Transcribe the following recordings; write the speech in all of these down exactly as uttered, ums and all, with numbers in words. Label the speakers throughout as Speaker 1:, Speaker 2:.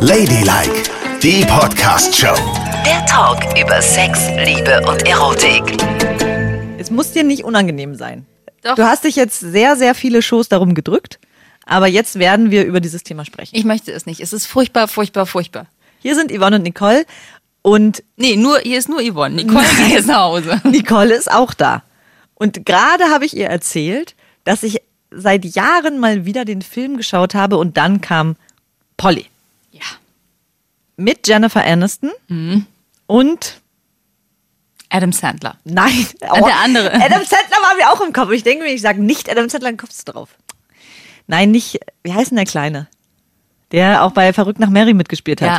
Speaker 1: Ladylike, die Podcast-Show.
Speaker 2: Der Talk über Sex, Liebe und Erotik.
Speaker 3: Es muss dir nicht unangenehm sein.
Speaker 4: Doch.
Speaker 3: Du hast dich jetzt sehr, sehr viele Shows darum gedrückt, aber jetzt werden wir über dieses Thema sprechen.
Speaker 4: Ich möchte es nicht. Es ist furchtbar, furchtbar, furchtbar.
Speaker 3: Hier sind Yvonne und Nicole und
Speaker 4: Nee, nur, hier ist nur Yvonne. Nicole geht jetzt nach Hause.
Speaker 3: Nicole ist auch da. Und gerade habe ich ihr erzählt, dass ich seit Jahren mal wieder den Film geschaut habe und dann kam Polly.
Speaker 4: Ja.
Speaker 3: Mit Jennifer Aniston
Speaker 4: Mhm.
Speaker 3: und
Speaker 4: Adam Sandler.
Speaker 3: nein,
Speaker 4: Ah, der andere.
Speaker 3: Adam Sandler war mir auch im Kopf. Ich denke mir, ich sage nicht Adam Sandler, dann kommst du drauf. Nein, nicht, wie heißt denn der Kleine? Der auch bei Verrückt nach Mary mitgespielt hat.
Speaker 4: Ja.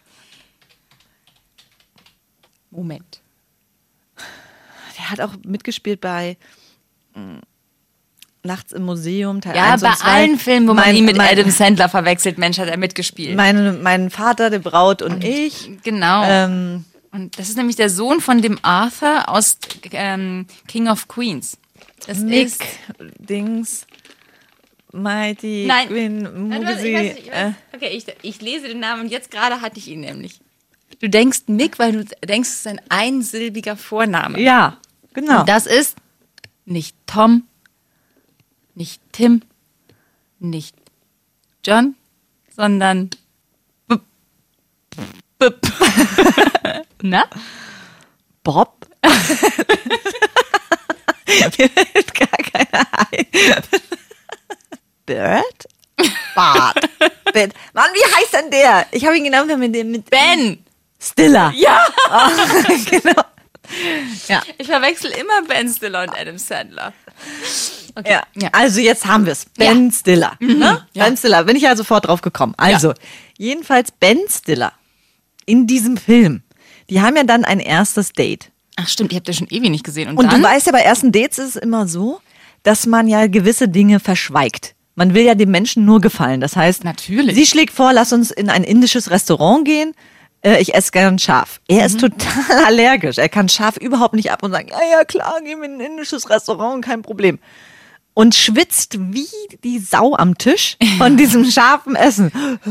Speaker 4: Moment.
Speaker 3: Der hat auch mitgespielt bei mh, Nachts im Museum, Teil
Speaker 4: Ja,
Speaker 3: eins
Speaker 4: bei
Speaker 3: und zwei.
Speaker 4: allen Filmen, wo man
Speaker 3: Mein-
Speaker 4: ihn mit
Speaker 3: mein-
Speaker 4: Adam Sandler verwechselt, Mensch, hat er mitgespielt.
Speaker 3: Mein, mein Vater, die Braut und ich.
Speaker 4: Genau.
Speaker 3: Ähm,
Speaker 4: Und das ist nämlich der Sohn von dem Arthur aus ähm, King of Queens. Das
Speaker 3: Mick,
Speaker 4: ist...
Speaker 3: Dings, Mighty,
Speaker 4: Nein.
Speaker 3: Queen,
Speaker 4: Warte, warte,
Speaker 3: Musi.
Speaker 4: ich weiß nicht, ich
Speaker 3: äh,
Speaker 4: weiß- Okay, ich, ich lese den Namen und jetzt gerade hatte ich ihn nämlich. Du denkst Mick, weil du denkst, es ist ein einsilbiger Vorname.
Speaker 3: ja, genau.
Speaker 4: Und das ist nicht Tom, nicht Tim, nicht John, sondern B B B Na?
Speaker 3: Bob? Mir fällt gar keiner ein. Bird? Bart. Ben. Mann, wie heißt denn der? Ich habe ihn genannt mit dem mit
Speaker 4: Ben!
Speaker 3: Stiller.
Speaker 4: Ja!
Speaker 3: Oh, genau. Ja.
Speaker 4: Ich verwechsel immer Ben Stiller und Adam Sandler. Okay.
Speaker 3: Ja.
Speaker 4: Ja.
Speaker 3: Also jetzt haben wir es. Ben Stiller. Ne?
Speaker 4: Ja.
Speaker 3: Ben Stiller, bin ich ja sofort drauf gekommen. Also, jedenfalls Ben Stiller in diesem Film. Die haben ja dann ein erstes Date.
Speaker 4: Ach stimmt, ihr habt ja schon ewig nicht gesehen. Und,
Speaker 3: Und
Speaker 4: dann?
Speaker 3: du weißt ja, bei ersten Dates ist es immer so, dass man ja gewisse Dinge verschweigt. Man will ja dem Menschen nur gefallen. Das heißt,
Speaker 4: Natürlich.
Speaker 3: sie schlägt vor, lass uns in ein indisches Restaurant gehen. Äh, ich esse gern scharf. Er
Speaker 4: Mhm.
Speaker 3: ist total allergisch. Er kann scharf überhaupt nicht ab und sagt, ja, ja, klar, gehen wir in ein indisches Restaurant, kein Problem. Und schwitzt wie die Sau am Tisch von diesem scharfen Essen.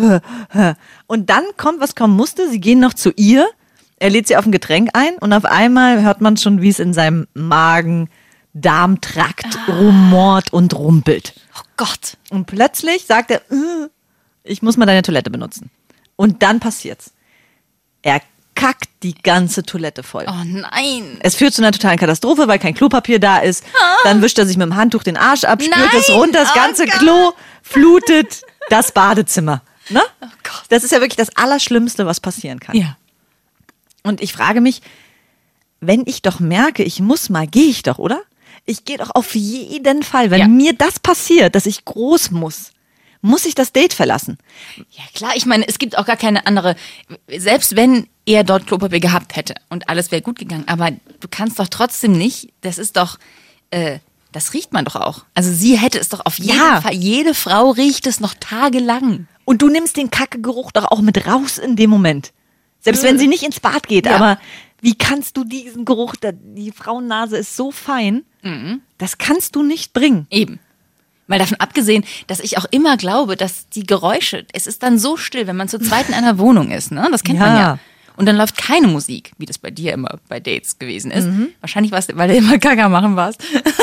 Speaker 3: Und dann kommt, was kommen musste. Sie gehen noch zu ihr. Er lädt sie auf ein Getränk ein und auf einmal hört man schon, wie es in seinem Magen, Darmtrakt rumort und rumpelt.
Speaker 4: Oh Gott.
Speaker 3: Und plötzlich sagt er, äh, ich muss mal deine Toilette benutzen. Und dann passiert's. Er kackt die ganze Toilette voll.
Speaker 4: Oh nein.
Speaker 3: Es führt zu einer totalen Katastrophe, weil kein Klopapier da ist. Dann wischt er sich mit dem Handtuch den Arsch ab, spült
Speaker 4: Nein!
Speaker 3: es runter, das
Speaker 4: Oh
Speaker 3: ganze
Speaker 4: Gott!
Speaker 3: Klo flutet das Badezimmer. Ne?
Speaker 4: Oh Gott.
Speaker 3: Das ist ja wirklich das Allerschlimmste, was passieren kann.
Speaker 4: Ja.
Speaker 3: Und ich frage mich, wenn ich doch merke, ich muss mal, gehe ich doch, oder? Ich gehe doch auf jeden Fall. Wenn
Speaker 4: Ja.
Speaker 3: mir das passiert, dass ich groß muss, muss ich das Date verlassen.
Speaker 4: Ja klar, ich meine, es gibt auch gar keine andere, selbst wenn er dort Klopapier gehabt hätte und alles wäre gut gegangen, aber du kannst doch trotzdem nicht, das ist doch, äh, das riecht man doch auch. Also sie hätte es doch auf jeden
Speaker 3: Ja.
Speaker 4: Fall, jede Frau riecht es noch tagelang.
Speaker 3: Und du nimmst den Kackegeruch doch auch mit raus in dem Moment. Selbst wenn sie nicht ins Bad geht,
Speaker 4: Ja.
Speaker 3: aber wie kannst du diesen Geruch, da- die Frauennase ist so fein, das kannst du nicht bringen.
Speaker 4: Eben. Mal davon abgesehen, dass ich auch immer glaube, dass die Geräusche, es ist dann so still, wenn man zu zweit in einer Wohnung ist, ne? Das kennt man
Speaker 3: Ja.
Speaker 4: ja. Und dann läuft keine Musik, wie das bei dir immer bei Dates gewesen ist. Wahrscheinlich war's, weil du immer Gaga machen warst.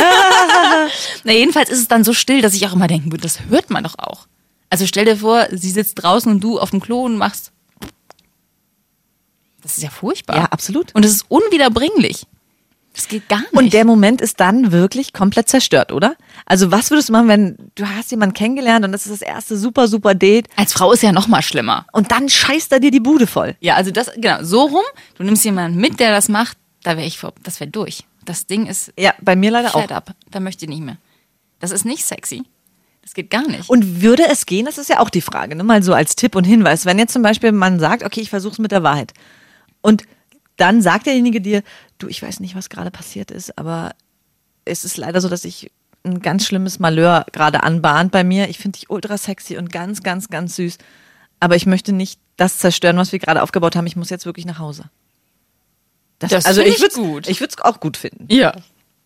Speaker 4: Na, jedenfalls ist es dann so still, dass ich auch immer denken würde, das hört man doch auch. Also stell dir vor, sie sitzt draußen und du auf dem Klo und machst. Das ist ja furchtbar.
Speaker 3: Ja, absolut.
Speaker 4: Und es ist unwiederbringlich. Das geht gar nicht.
Speaker 3: Und der Moment ist dann wirklich komplett zerstört, oder? Also was würdest du machen, wenn du hast jemanden kennengelernt und das ist das erste super, super Date
Speaker 4: Als Frau ist ja noch mal schlimmer.
Speaker 3: und dann scheißt er dir die Bude voll.
Speaker 4: Ja, also das, genau, so rum, du nimmst jemanden mit, der das macht, da wäre ich vor, das wäre durch. Das Ding ist
Speaker 3: Ja, bei mir leider auch.
Speaker 4: fed up. Da möchte ich nicht mehr. Das ist nicht sexy. Das geht gar nicht.
Speaker 3: Und würde es gehen, das ist ja auch die Frage, ne? Mal so als Tipp und Hinweis. Wenn jetzt zum Beispiel man sagt, okay, ich versuche es mit der Wahrheit. Und dann sagt derjenige dir, du, ich weiß nicht, was gerade passiert ist, aber es ist leider so, dass ich ein ganz schlimmes Malheur gerade anbahnt bei mir. Ich finde dich ultra sexy und ganz, ganz, ganz süß. Aber ich möchte nicht das zerstören, was wir gerade aufgebaut haben. Ich muss jetzt wirklich nach Hause.
Speaker 4: Das
Speaker 3: also
Speaker 4: find
Speaker 3: ich
Speaker 4: ich
Speaker 3: würd's,
Speaker 4: gut.
Speaker 3: Ich würde es auch gut finden.
Speaker 4: Ja.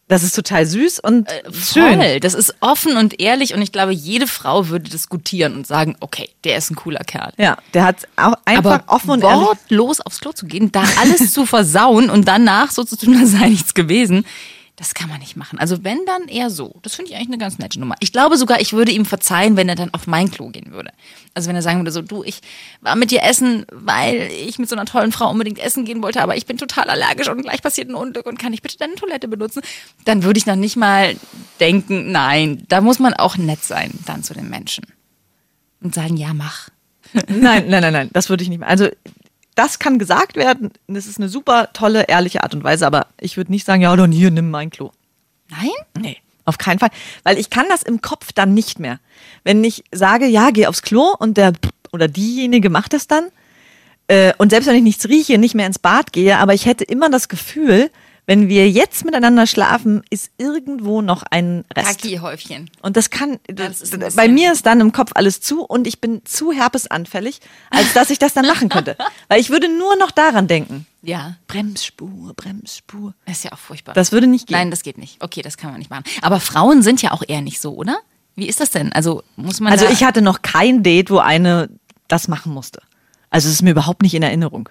Speaker 3: Das ist total süß und schön.
Speaker 4: Voll. Das ist offen und ehrlich und ich glaube, jede Frau würde das gutieren und sagen, okay, der ist ein cooler Kerl.
Speaker 3: Ja, der hat auch einfach
Speaker 4: Aber
Speaker 3: offen und ehrlich.
Speaker 4: wortlos aufs Klo zu gehen, da alles zu versauen und danach so zu tun, als sei nichts gewesen, das kann man nicht machen. Also wenn, dann eher so. Das finde ich eigentlich eine ganz nette Nummer. Ich glaube sogar, ich würde ihm verzeihen, wenn er dann auf mein Klo gehen würde. Also wenn er sagen würde so, du, ich war mit dir essen, weil ich mit so einer tollen Frau unbedingt essen gehen wollte, aber ich bin total allergisch und gleich passiert ein Unglück und kann ich bitte deine Toilette benutzen? Dann würde ich noch nicht mal denken, nein, da muss man auch nett sein dann zu den Menschen. Und sagen, ja, mach.
Speaker 3: Nein, nein, nein, nein, das würde ich nicht machen. Also das kann gesagt werden, das ist eine super tolle, ehrliche Art und Weise, aber ich würde nicht sagen, ja, dann hier, nimm mein Klo.
Speaker 4: Nein?
Speaker 3: Nee, auf keinen Fall. Weil ich kann das im Kopf dann nicht mehr. Wenn ich sage, ja, geh aufs Klo und der oder diejenige macht es dann äh, und selbst wenn ich nichts rieche, nicht mehr ins Bad gehe, aber ich hätte immer das Gefühl, wenn wir jetzt miteinander schlafen, ist irgendwo noch ein Rest.
Speaker 4: Kaki-Häufchen.
Speaker 3: Und das kann,
Speaker 4: das ist ein
Speaker 3: bei
Speaker 4: bisschen-
Speaker 3: mir ist dann im Kopf alles zu und ich bin zu herpesanfällig, als dass ich das dann machen könnte. Weil ich würde nur noch daran denken.
Speaker 4: Ja,
Speaker 3: Bremsspur, Bremsspur.
Speaker 4: das ist ja auch furchtbar.
Speaker 3: Das würde nicht gehen.
Speaker 4: Nein, das geht nicht. Okay, das kann man nicht machen. Aber Frauen sind ja auch eher nicht so, oder? Wie ist das denn? Also muss man
Speaker 3: Also
Speaker 4: da
Speaker 3: ich hatte noch kein Date, wo eine das machen musste. Also es ist mir überhaupt nicht in Erinnerung.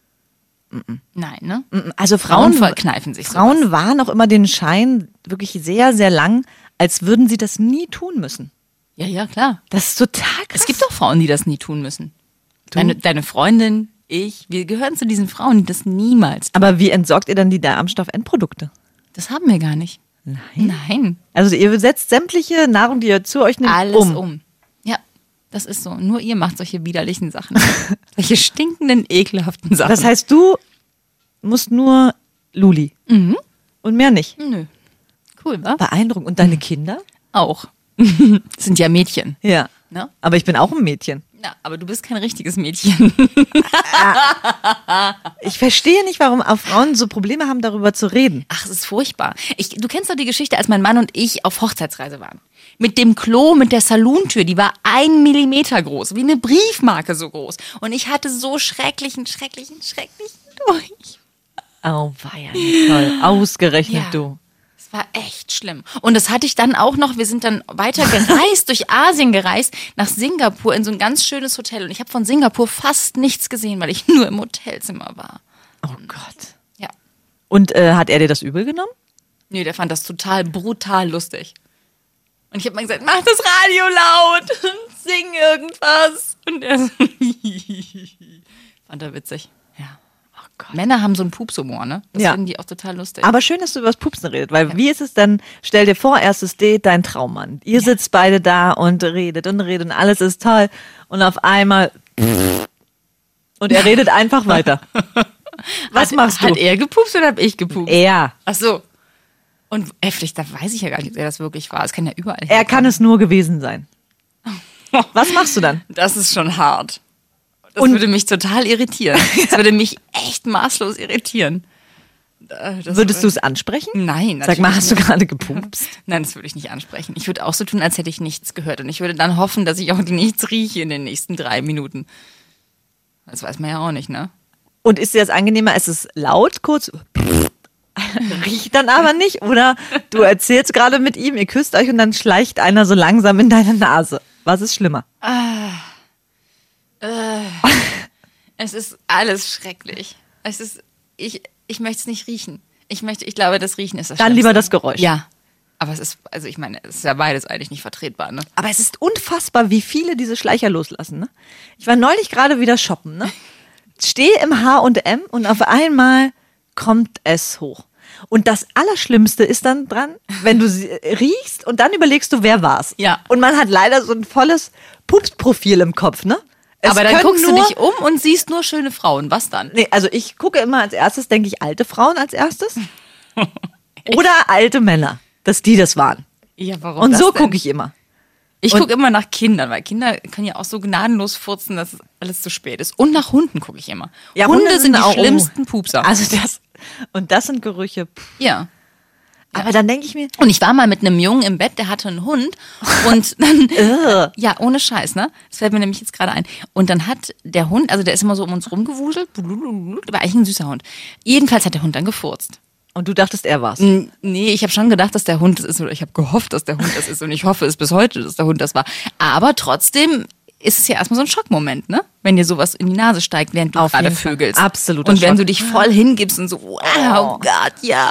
Speaker 4: Nein, ne?
Speaker 3: Also
Speaker 4: Frauen
Speaker 3: Frauen,
Speaker 4: verkneifen sich
Speaker 3: Frauen
Speaker 4: sowas.
Speaker 3: waren auch immer den Schein wirklich sehr, sehr lang, als würden sie das nie tun müssen.
Speaker 4: Ja, ja, klar.
Speaker 3: Das ist total krass.
Speaker 4: Es gibt doch Frauen, die das nie tun müssen. Deine, deine Freundin, ich, wir gehören zu diesen Frauen, die das niemals tun.
Speaker 3: Aber wie entsorgt ihr dann die Darmstoff-Endprodukte?
Speaker 4: Das haben wir gar nicht.
Speaker 3: Nein.
Speaker 4: Nein.
Speaker 3: Also ihr setzt sämtliche Nahrung, die ihr zu euch nehmt,
Speaker 4: Alles
Speaker 3: um.
Speaker 4: um. Ja, das ist so. Nur ihr macht solche widerlichen Sachen. Solche stinkenden, ekelhaften Sachen.
Speaker 3: Das heißt, du musst nur Luli.
Speaker 4: Mhm.
Speaker 3: Und mehr nicht.
Speaker 4: Nö. Cool, wa?
Speaker 3: Beeindruckend. Und deine Kinder?
Speaker 4: Auch. Das sind ja Mädchen.
Speaker 3: Ja.
Speaker 4: Ne?
Speaker 3: Aber ich bin auch ein Mädchen.
Speaker 4: Ja, aber du bist kein richtiges Mädchen.
Speaker 3: Ich verstehe nicht, warum auch Frauen so Probleme haben, darüber zu reden.
Speaker 4: Ach, es ist furchtbar. Ich, du kennst doch die Geschichte, als mein Mann und ich auf Hochzeitsreise waren. Mit dem Klo, mit der Salontür, die war ein Millimeter groß, wie eine Briefmarke so groß. Und ich hatte so schrecklichen, schrecklichen, schrecklichen durch.
Speaker 3: Oh, war ja Nicole. Ausgerechnet
Speaker 4: Ja.
Speaker 3: du.
Speaker 4: Es war echt schlimm. Und das hatte ich dann auch noch, wir sind dann weiter gereist, durch Asien gereist, nach Singapur in so ein ganz schönes Hotel. Und ich habe von Singapur fast nichts gesehen, weil ich nur im Hotelzimmer war.
Speaker 3: Oh Gott.
Speaker 4: Ja.
Speaker 3: Und äh, hat er dir das übel genommen?
Speaker 4: Nee, der fand das total brutal lustig. Und ich habe mal gesagt, mach das Radio laut und sing irgendwas. Und er so, fand er witzig. Ja.
Speaker 3: Oh Gott.
Speaker 4: Männer haben so einen Pupshumor, ne? Das
Speaker 3: Ja.
Speaker 4: finden die auch total lustig.
Speaker 3: Aber schön, dass du über das Pupsen redest, weil wie ist es denn, stell dir vor, erstes Date, dein Traummann. Ihr sitzt beide da und redet und redet und alles ist toll und auf einmal und er redet einfach weiter. Was
Speaker 4: hat,
Speaker 3: machst du?
Speaker 4: Hat er gepupst oder hab ich gepupst?
Speaker 3: Er.
Speaker 4: Ach so. Und heftig, da weiß ich ja gar nicht, ob er das wirklich war. Es kann ja überall
Speaker 3: Er kann
Speaker 4: herkommen.
Speaker 3: es nur gewesen sein. Was machst du dann?
Speaker 4: Das ist schon hart. Das
Speaker 3: Und-
Speaker 4: würde mich total irritieren. Das würde mich echt maßlos irritieren. Äh, das
Speaker 3: Würdest du
Speaker 4: würde-
Speaker 3: es ansprechen?
Speaker 4: Nein,
Speaker 3: Sag mal,
Speaker 4: natürlich
Speaker 3: hast du
Speaker 4: nicht.
Speaker 3: gerade gepupst?
Speaker 4: Nein, das würde ich nicht ansprechen. Ich würde auch so tun, als hätte ich nichts gehört. Und ich würde dann hoffen, dass ich auch nichts rieche in den nächsten drei Minuten. Das weiß man ja auch nicht, ne?
Speaker 3: Und ist dir das angenehmer? Es ist laut, kurz, riecht dann aber nicht? Oder du erzählst gerade mit ihm, ihr küsst euch und dann schleicht einer so langsam in deine Nase. Was ist schlimmer?
Speaker 4: Es ist alles schrecklich. Es ist, ich, ich möchte es nicht riechen. Ich möchte, ich glaube, das Riechen ist das
Speaker 3: Dann
Speaker 4: Schlimmste.
Speaker 3: lieber das Geräusch.
Speaker 4: Ja. Aber es ist, also ich meine, es ist ja beides eigentlich nicht vertretbar, ne?
Speaker 3: Aber es ist unfassbar, wie viele diese Schleicher loslassen. Ne? Ich war neulich gerade wieder shoppen. Ne? Stehe im H und M und auf einmal kommt es hoch. Und das Allerschlimmste ist dann dran, wenn du sie riechst und dann überlegst du, wer war's.
Speaker 4: Ja.
Speaker 3: Und man hat leider so ein volles Pupsprofil im Kopf, ne? Es
Speaker 4: Aber dann
Speaker 3: können
Speaker 4: guckst du
Speaker 3: nur-
Speaker 4: dich um und siehst nur schöne Frauen. Was dann?
Speaker 3: Nee, also ich gucke immer als erstes, denke ich, alte Frauen als erstes. Oder alte Männer, dass die das waren.
Speaker 4: Ja, warum
Speaker 3: Und
Speaker 4: das
Speaker 3: so
Speaker 4: denn?
Speaker 3: gucke ich immer.
Speaker 4: Ich
Speaker 3: Und-
Speaker 4: gucke immer nach Kindern, weil Kinder können ja auch so gnadenlos furzen, dass es alles zu spät ist. Und nach Hunden gucke ich immer.
Speaker 3: Ja,
Speaker 4: Hunde, sind die
Speaker 3: auch-
Speaker 4: schlimmsten Pupser.
Speaker 3: Also das, und das sind Gerüche. pff.
Speaker 4: ja.
Speaker 3: Aber dann denke ich mir,
Speaker 4: Und ich war mal mit einem Jungen im Bett, der hatte einen Hund. Und dann,
Speaker 3: Ugh.
Speaker 4: ja, ohne Scheiß, ne? Das fällt mir nämlich jetzt gerade ein. Und dann hat der Hund, also der ist immer so um uns rumgewuselt, war eigentlich ein süßer Hund. Jedenfalls hat der Hund dann gefurzt.
Speaker 3: Und du dachtest, er war's.
Speaker 4: N- Nee, ich habe schon gedacht, dass der Hund das ist. Oder ich habe gehofft, dass der Hund das ist. Und ich hoffe es bis heute, dass der Hund das war. Aber trotzdem ist es ja erstmal so ein Schockmoment, ne? Wenn dir sowas in die Nase steigt, während du
Speaker 3: Auf
Speaker 4: gerade
Speaker 3: jeden Fall.
Speaker 4: vögelst.
Speaker 3: Absoluter
Speaker 4: Und wenn
Speaker 3: Schock.
Speaker 4: du dich voll hingibst und so, wow, oh Gott, ja.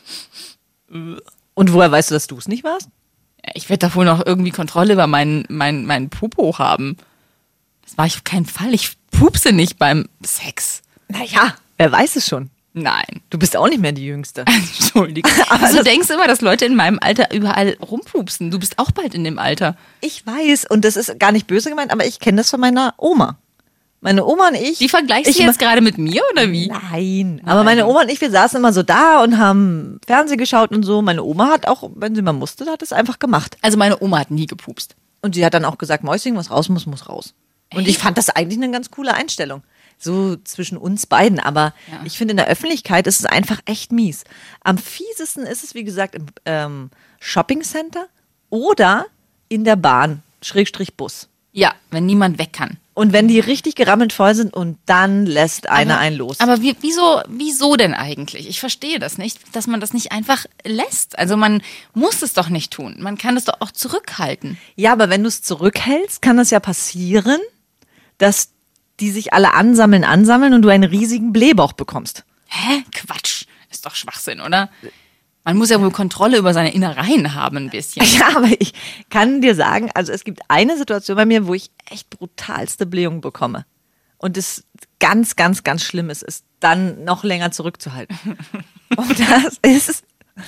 Speaker 3: Und woher weißt du, dass du es nicht warst?
Speaker 4: Ich werde da wohl noch irgendwie Kontrolle über meinen, meinen, meinen Popo haben. Das war ich auf keinen Fall. Ich pupse nicht beim Sex.
Speaker 3: Naja, wer weiß es schon.
Speaker 4: Nein.
Speaker 3: Du bist auch nicht mehr die Jüngste.
Speaker 4: Entschuldigung.
Speaker 3: Aber
Speaker 4: Also du
Speaker 3: das-
Speaker 4: denkst immer, dass Leute in meinem Alter überall rumpupsen. Du bist auch bald in dem Alter.
Speaker 3: Ich weiß, und das ist gar nicht böse gemeint, aber ich kenne das von meiner Oma. Meine Oma und ich.
Speaker 4: Die vergleichst
Speaker 3: ich
Speaker 4: du jetzt gerade mit mir oder wie?
Speaker 3: Nein, aber meine Oma und ich, wir saßen immer so da und haben Fernsehen geschaut und so. Meine Oma hat auch, wenn sie mal musste, hat es einfach gemacht.
Speaker 4: Also meine Oma hat nie gepupst.
Speaker 3: Und sie hat dann auch gesagt, Mäuschen, was raus muss, muss raus. Und ich fand das eigentlich eine ganz coole Einstellung. So zwischen uns beiden. Aber
Speaker 4: Ja.
Speaker 3: ich finde, in der Öffentlichkeit ist es einfach echt mies. Am fiesesten ist es, wie gesagt, im ähm, Shoppingcenter oder in der Bahn, Schrägstrich Bus.
Speaker 4: Ja, wenn niemand weg kann.
Speaker 3: Und wenn die richtig gerammelt voll sind und dann lässt einer einen los.
Speaker 4: Aber wie, wieso, wieso denn eigentlich? Ich verstehe das nicht, dass man das nicht einfach lässt. Also man muss es doch nicht tun. Man kann es doch auch zurückhalten.
Speaker 3: Ja, aber wenn du es zurückhältst, kann es ja passieren, dass die sich alle ansammeln, ansammeln und du einen riesigen Blähbauch bekommst.
Speaker 4: Hä? Quatsch. Ist doch Schwachsinn, oder? Man muss ja wohl Kontrolle über seine Innereien haben ein bisschen.
Speaker 3: Ja, aber ich kann dir sagen, also es gibt eine Situation bei mir, wo ich echt brutalste Blähungen bekomme. Und es ganz, ganz, ganz schlimm ist, es dann noch länger zurückzuhalten. Und das ist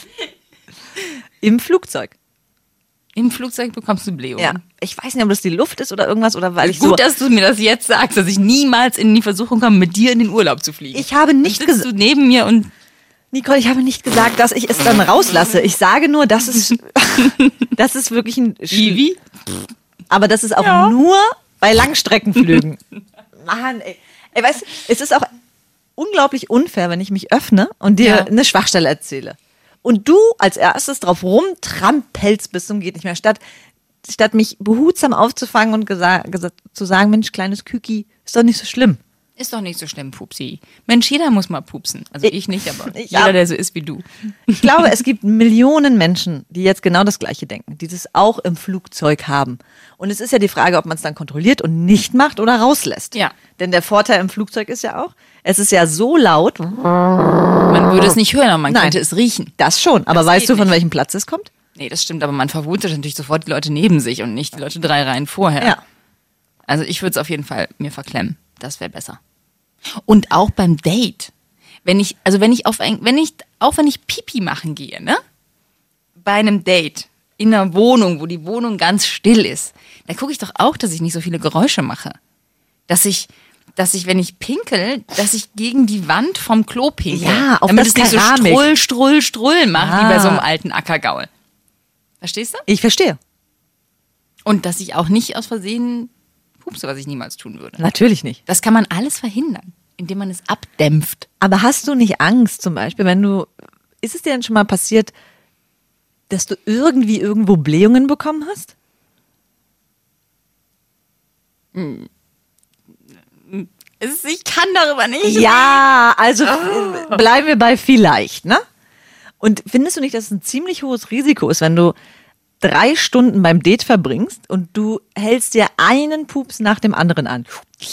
Speaker 3: im Flugzeug.
Speaker 4: Im Flugzeug bekommst du Blähungen.
Speaker 3: Ja. Ich weiß nicht, ob das die Luft ist oder irgendwas oder weil ich
Speaker 4: Gut,
Speaker 3: so.
Speaker 4: dass du mir das jetzt sagst, dass ich niemals in die Versuchung komme, mit dir in den Urlaub zu fliegen.
Speaker 3: Ich habe nicht
Speaker 4: Dann sitzt
Speaker 3: gesagt.
Speaker 4: du neben mir und
Speaker 3: Nicole, ich habe nicht gesagt, dass ich es dann rauslasse. Ich sage nur, dass es, das ist wirklich ein.
Speaker 4: Ivi?
Speaker 3: Aber das ist auch
Speaker 4: Ja.
Speaker 3: nur bei Langstreckenflügen. Mann, ey. Ey, weißt du, es ist auch unglaublich unfair, wenn ich mich öffne und dir
Speaker 4: Ja.
Speaker 3: eine Schwachstelle erzähle. Und du als erstes drauf rumtrampelst bis zum geht nicht mehr, statt, statt mich behutsam aufzufangen und gesa gesa zu sagen, Mensch, kleines Küki, ist doch nicht so schlimm.
Speaker 4: ist doch nicht so schlimm, Pupsi. Mensch, jeder muss mal pupsen. Also
Speaker 3: Ich-
Speaker 4: ich nicht, aber
Speaker 3: ich
Speaker 4: jeder,
Speaker 3: hab-
Speaker 4: der so ist wie du.
Speaker 3: Ich glaube, es gibt Millionen Menschen, die jetzt genau das Gleiche denken, die das auch im Flugzeug haben. Und es ist ja die Frage, ob man es dann kontrolliert und nicht macht oder rauslässt.
Speaker 4: Ja.
Speaker 3: Denn der Vorteil im Flugzeug ist ja auch, es ist ja so laut,
Speaker 4: Man würde es nicht hören, aber man
Speaker 3: Nein.
Speaker 4: könnte es riechen.
Speaker 3: das schon. Aber
Speaker 4: Das
Speaker 3: weißt
Speaker 4: geht
Speaker 3: du, von
Speaker 4: nicht.
Speaker 3: welchem Platz es kommt?
Speaker 4: Nee, das stimmt, aber man verwurzelt natürlich sofort die Leute neben sich und nicht die Leute drei Reihen vorher.
Speaker 3: Ja.
Speaker 4: Also ich würde es auf jeden Fall mir verklemmen. Das wäre besser. Und auch beim Date. Wenn ich, also wenn ich auf ein, wenn ich, auch wenn ich Pipi machen gehe, ne? Bei einem Date, in einer Wohnung, wo die Wohnung ganz still ist, da gucke ich doch auch, dass ich nicht so viele Geräusche mache. Dass ich, dass ich, wenn ich pinkel, dass ich gegen die Wand vom Klo pinkel.
Speaker 3: Ja, auf
Speaker 4: damit
Speaker 3: das
Speaker 4: es nicht so
Speaker 3: Keramik.
Speaker 4: strull, strull, strull macht, wie bei
Speaker 3: Ah.
Speaker 4: so einem alten Ackergaul. Verstehst du?
Speaker 3: Ich verstehe.
Speaker 4: Und dass ich auch nicht aus Versehen pupse, was ich niemals tun würde.
Speaker 3: Natürlich nicht.
Speaker 4: Das kann man alles verhindern, indem man es abdämpft.
Speaker 3: Aber hast du nicht Angst zum Beispiel, wenn du, ist es dir denn schon mal passiert, dass du irgendwie irgendwo Blähungen bekommen hast?
Speaker 4: Ich kann darüber nicht.
Speaker 3: Ja, also äh, bleiben wir bei vielleicht, ne? Und findest du nicht, dass es ein ziemlich hohes Risiko ist, wenn du drei Stunden beim Date verbringst und du hältst dir einen Pups nach dem anderen an?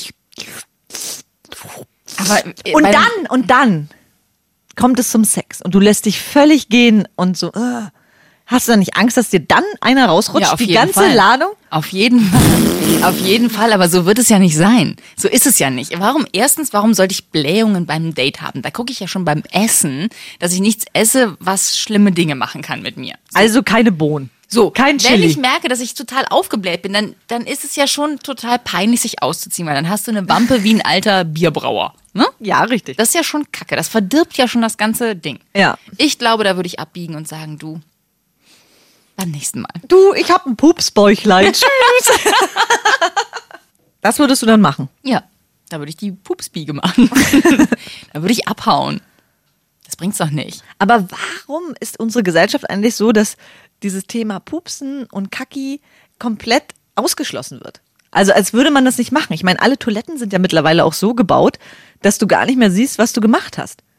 Speaker 4: Aber äh,
Speaker 3: Und
Speaker 4: bei-
Speaker 3: dann, und dann kommt es zum Sex und du lässt dich völlig gehen und so, äh, hast du dann nicht Angst, dass dir dann einer rausrutscht,
Speaker 4: ja, auf
Speaker 3: die
Speaker 4: jeden
Speaker 3: ganze
Speaker 4: Fall.
Speaker 3: Ladung?
Speaker 4: Auf jeden Fall. Auf jeden Fall, aber so wird es ja nicht sein. So ist es ja nicht. Warum, erstens, warum sollte ich Blähungen beim Date haben? Da gucke ich ja schon beim Essen, dass ich nichts esse, was schlimme Dinge machen kann mit mir.
Speaker 3: Also keine Bohnen.
Speaker 4: So,
Speaker 3: Kein
Speaker 4: wenn
Speaker 3: Chili.
Speaker 4: ich merke, dass ich total aufgebläht bin, dann, dann ist es ja schon total peinlich, sich auszuziehen, weil dann hast du eine Wampe wie ein alter Bierbrauer. Ne?
Speaker 3: Ja, richtig.
Speaker 4: Das ist ja schon kacke. Das verdirbt ja schon das ganze Ding.
Speaker 3: Ja.
Speaker 4: Ich glaube, da würde ich abbiegen und sagen, du, beim nächsten Mal.
Speaker 3: Du, ich hab ein Pupsbäuchlein. Tschüss. Das würdest du dann machen?
Speaker 4: Ja, da würde ich die Pupsbiege machen. Da würde ich abhauen. Das bringt's doch nicht.
Speaker 3: Aber warum ist unsere Gesellschaft eigentlich so, dass dieses Thema Pupsen und Kacki komplett ausgeschlossen wird? Also als würde man das nicht machen. Ich meine, alle Toiletten sind ja mittlerweile auch so gebaut, dass du gar nicht mehr siehst, was du gemacht hast.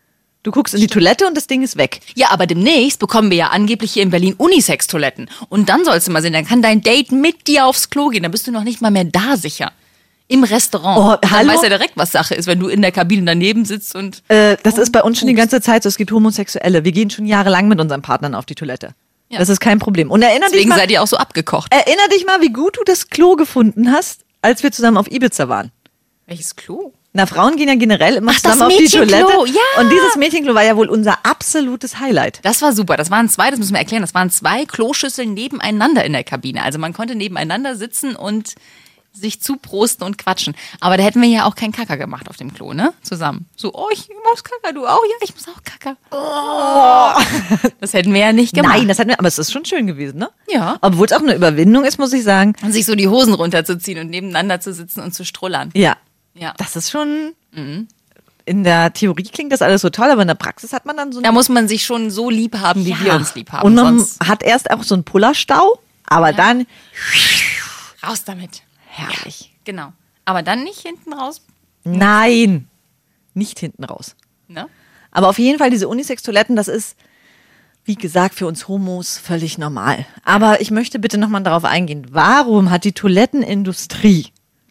Speaker 3: Du guckst in die Toilette und das Ding ist weg.
Speaker 4: Ja, aber demnächst bekommen wir ja angeblich hier in Berlin Unisex-Toiletten. Und dann sollst du mal sehen, dann kann dein Date mit dir aufs Klo gehen. Dann bist du noch nicht mal mehr da sicher. Im Restaurant.
Speaker 3: Oh,
Speaker 4: dann
Speaker 3: hallo?
Speaker 4: weiß er direkt, was Sache ist, wenn du in der Kabine daneben sitzt und...
Speaker 3: Äh, das ist bei uns schon die ganze Zeit so. Es gibt Homosexuelle. Wir gehen schon jahrelang mit unseren Partnern auf die Toilette.
Speaker 4: Ja.
Speaker 3: Das ist kein Problem. Und erinner dich
Speaker 4: Deswegen
Speaker 3: mal,
Speaker 4: seid ihr auch so abgekocht.
Speaker 3: erinner dich mal, wie gut du das Klo gefunden hast, als wir zusammen auf Ibiza waren.
Speaker 4: Welches Klo?
Speaker 3: Na, Frauen gehen ja generell immer
Speaker 4: Ach,
Speaker 3: zusammen
Speaker 4: das
Speaker 3: auf die
Speaker 4: Mädchenklo,
Speaker 3: Toilette.
Speaker 4: ja.
Speaker 3: Und dieses Mädchenklo war ja wohl unser absolutes Highlight.
Speaker 4: Das war super. Das waren zwei, das müssen wir erklären, das waren zwei Kloschüsseln nebeneinander in der Kabine. Also man konnte nebeneinander sitzen und sich zuprosten und quatschen. Aber da hätten wir ja auch keinen Kacker gemacht auf dem Klo, ne? Zusammen. So, oh, ich muss Kacker, du auch? Ja, ich muss auch Kacker. Oh. Das hätten wir ja nicht gemacht.
Speaker 3: Nein, das hat mir, aber es ist schon schön gewesen, ne?
Speaker 4: Ja.
Speaker 3: Obwohl es auch eine Überwindung ist, muss ich sagen.
Speaker 4: Und sich so die Hosen runterzuziehen und nebeneinander zu sitzen und zu strullern.
Speaker 3: Ja.
Speaker 4: Ja.
Speaker 3: Das ist schon, in der Theorie klingt das alles so toll, aber in der Praxis hat man dann so
Speaker 4: Da muss man sich schon so lieb haben, wie
Speaker 3: Ja.
Speaker 4: wir uns lieb haben.
Speaker 3: Und man
Speaker 4: Sonst
Speaker 3: hat erst auch so einen Pullerstau, aber dann
Speaker 4: raus damit.
Speaker 3: herrlich.
Speaker 4: Genau. Aber dann nicht hinten raus.
Speaker 3: Nein, nicht hinten raus.
Speaker 4: Ne?
Speaker 3: Aber auf jeden Fall diese Unisex-Toiletten, das ist, wie gesagt, für uns Homos völlig normal. Aber ich möchte bitte nochmal darauf eingehen. Warum hat die Toilettenindustrie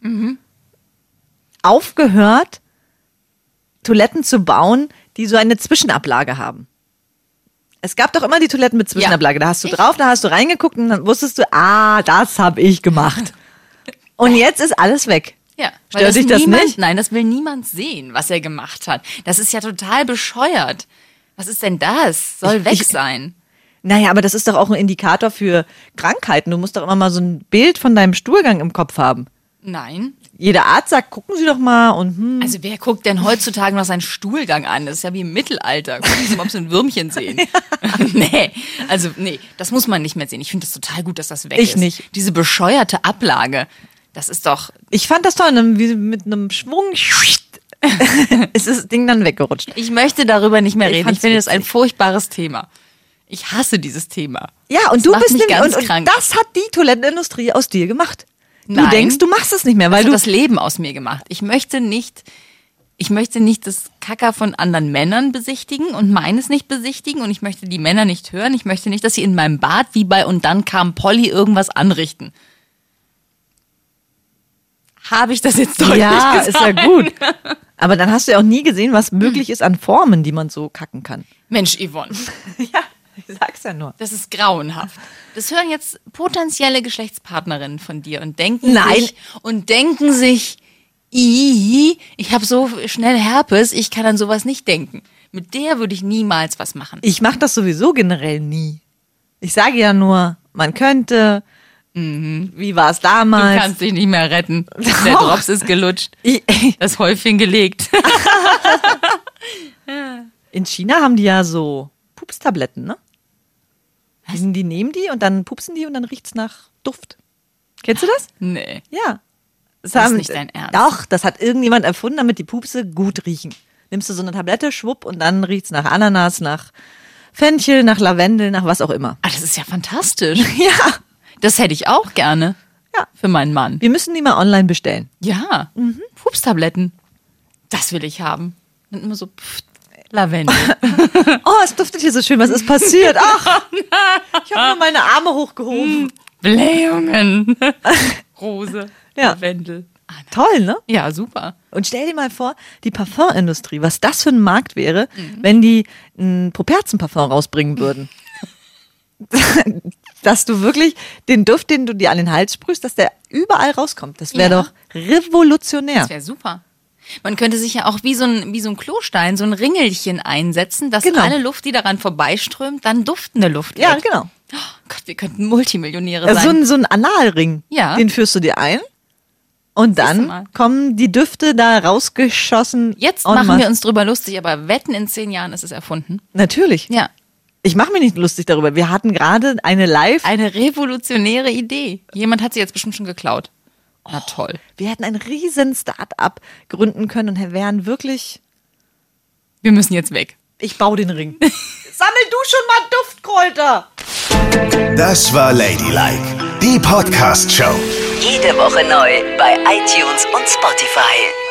Speaker 3: aufgehört, Toiletten zu bauen, die so eine Zwischenablage haben? Es gab doch immer die Toiletten mit Zwischenablage. Da hast du
Speaker 4: Ich-
Speaker 3: drauf, da hast du reingeguckt und dann wusstest du, ah, das habe ich gemacht. Und jetzt ist alles weg.
Speaker 4: Ja,
Speaker 3: Stört dich das
Speaker 4: niemand,
Speaker 3: nicht?
Speaker 4: Nein, das will niemand sehen, was er gemacht hat. Das ist ja total bescheuert. Was ist denn das? Soll
Speaker 3: Ich-
Speaker 4: weg
Speaker 3: ich-
Speaker 4: sein.
Speaker 3: Naja, aber das ist doch auch ein Indikator für Krankheiten. Du musst doch immer mal so ein Bild von deinem Stuhlgang im Kopf haben.
Speaker 4: Nein.
Speaker 3: Jeder Arzt sagt, gucken Sie doch mal und hm.
Speaker 4: Also wer guckt denn heutzutage noch seinen Stuhlgang an? Das ist ja wie im Mittelalter. Gucken Sie mal, ob Sie ein Würmchen sehen. Nee, also nee, das muss man nicht mehr sehen. Ich finde das total gut, dass das weg
Speaker 3: Ich
Speaker 4: ist.
Speaker 3: nicht.
Speaker 4: Diese bescheuerte Ablage, das ist doch...
Speaker 3: Ich fand das toll, ne, wie mit einem Schwung ist das Ding dann weggerutscht.
Speaker 4: Ich möchte darüber nicht mehr
Speaker 3: Ich
Speaker 4: reden. Ich
Speaker 3: fand's
Speaker 4: finde das ein
Speaker 3: witzig.
Speaker 4: furchtbares Thema. Ich hasse dieses Thema.
Speaker 3: Ja, und
Speaker 4: Das
Speaker 3: du
Speaker 4: macht
Speaker 3: bist
Speaker 4: mich
Speaker 3: nämlich,
Speaker 4: ganz
Speaker 3: und, und
Speaker 4: krank.
Speaker 3: das hat die Toilettenindustrie aus dir gemacht. Du
Speaker 4: Nein.
Speaker 3: denkst, du machst es nicht mehr,
Speaker 4: Das
Speaker 3: weil
Speaker 4: hat
Speaker 3: du
Speaker 4: das Leben aus mir gemacht. Ich möchte nicht, ich möchte nicht das Kacker von anderen Männern besichtigen und meines nicht besichtigen und ich möchte die Männer nicht hören. Ich möchte nicht, dass sie in meinem Bad wie bei Und dann kam Polly irgendwas anrichten. Habe ich das jetzt deutlich
Speaker 3: ja,
Speaker 4: gesagt?
Speaker 3: ist ja gut. Aber dann hast du ja auch nie gesehen, was möglich ist an Formen, die man so kacken kann.
Speaker 4: Mensch, Yvonne,
Speaker 3: Ja, ich sag's ja nur.
Speaker 4: das ist grauenhaft. Das hören jetzt potenzielle Geschlechtspartnerinnen von dir und denken
Speaker 3: Nein.
Speaker 4: sich und denken sich, "Ih, ich habe so schnell Herpes, ich kann an sowas nicht denken. Mit der würde ich niemals was machen."
Speaker 3: Ich mache das sowieso generell nie. Ich sage ja nur, man könnte. Wie war es
Speaker 4: Du
Speaker 3: damals?
Speaker 4: kannst dich nicht mehr retten. Der
Speaker 3: Doch.
Speaker 4: Drops ist gelutscht.
Speaker 3: Ich,
Speaker 4: Das Häufchen gelegt.
Speaker 3: in China haben die ja so Pupstabletten, ne? Die, die nehmen die und dann pupsen die und dann riecht's nach Duft. Kennst du das?
Speaker 4: Nee.
Speaker 3: Ja. Das,
Speaker 4: Das ist nicht dein Ernst.
Speaker 3: Doch, das hat irgendjemand erfunden, damit die Pupse gut riechen. Nimmst du so eine Tablette, schwupp, und dann riecht's nach Ananas, nach Fenchel, nach Lavendel, nach was auch immer.
Speaker 4: Ah, das ist ja fantastisch.
Speaker 3: Ja.
Speaker 4: Das hätte ich auch gerne.
Speaker 3: Ja.
Speaker 4: Für meinen Mann.
Speaker 3: Wir müssen die mal online bestellen.
Speaker 4: Ja. Pupstabletten. Das will ich haben. Und immer so pff, Lavendel.
Speaker 3: Oh, es duftet hier so schön. Was ist passiert? Ach, ich habe nur meine Arme hochgehoben.
Speaker 4: Blähungen. Rose.
Speaker 3: Ja.
Speaker 4: Lavendel. Ah, na.
Speaker 3: Toll, ne?
Speaker 4: Ja, super.
Speaker 3: Und stell dir mal vor, die Parfumindustrie, was das für ein Markt wäre,
Speaker 4: Mhm.
Speaker 3: wenn die ein Properzenparfum rausbringen würden. Dass du wirklich den Duft, den du dir an den Hals sprühst, dass der überall rauskommt. Das wäre
Speaker 4: Ja.
Speaker 3: doch revolutionär.
Speaker 4: Das wäre super. Man könnte sich ja auch wie so ein, wie so ein Klostein, so ein Ringelchen einsetzen, dass
Speaker 3: Genau.
Speaker 4: alle Luft, die daran vorbeiströmt, dann duftende Luft
Speaker 3: Ja,
Speaker 4: wird.
Speaker 3: genau.
Speaker 4: Oh Gott, wir könnten Multimillionäre
Speaker 3: Also so
Speaker 4: sein.
Speaker 3: ein, so ein Analring,
Speaker 4: Ja.
Speaker 3: den führst du dir ein und
Speaker 4: du
Speaker 3: dann
Speaker 4: mal.
Speaker 3: kommen die Düfte da rausgeschossen.
Speaker 4: Jetzt
Speaker 3: en
Speaker 4: machen
Speaker 3: masse.
Speaker 4: wir uns drüber lustig, aber wetten, in zehn Jahren ist es erfunden.
Speaker 3: Natürlich.
Speaker 4: Ja.
Speaker 3: Ich mache mich nicht lustig darüber. Wir hatten gerade eine Live.
Speaker 4: Eine revolutionäre Idee. Jemand hat sie jetzt bestimmt schon geklaut. Na toll.
Speaker 3: Wir hätten ein riesen Start-up gründen können und wären wirklich.
Speaker 4: Wir müssen jetzt weg.
Speaker 3: Ich baue den Ring. Sammel du schon mal Duftkräuter.
Speaker 1: Das war Ladylike, die Podcast-Show.
Speaker 2: Jede Woche neu bei iTunes und Spotify.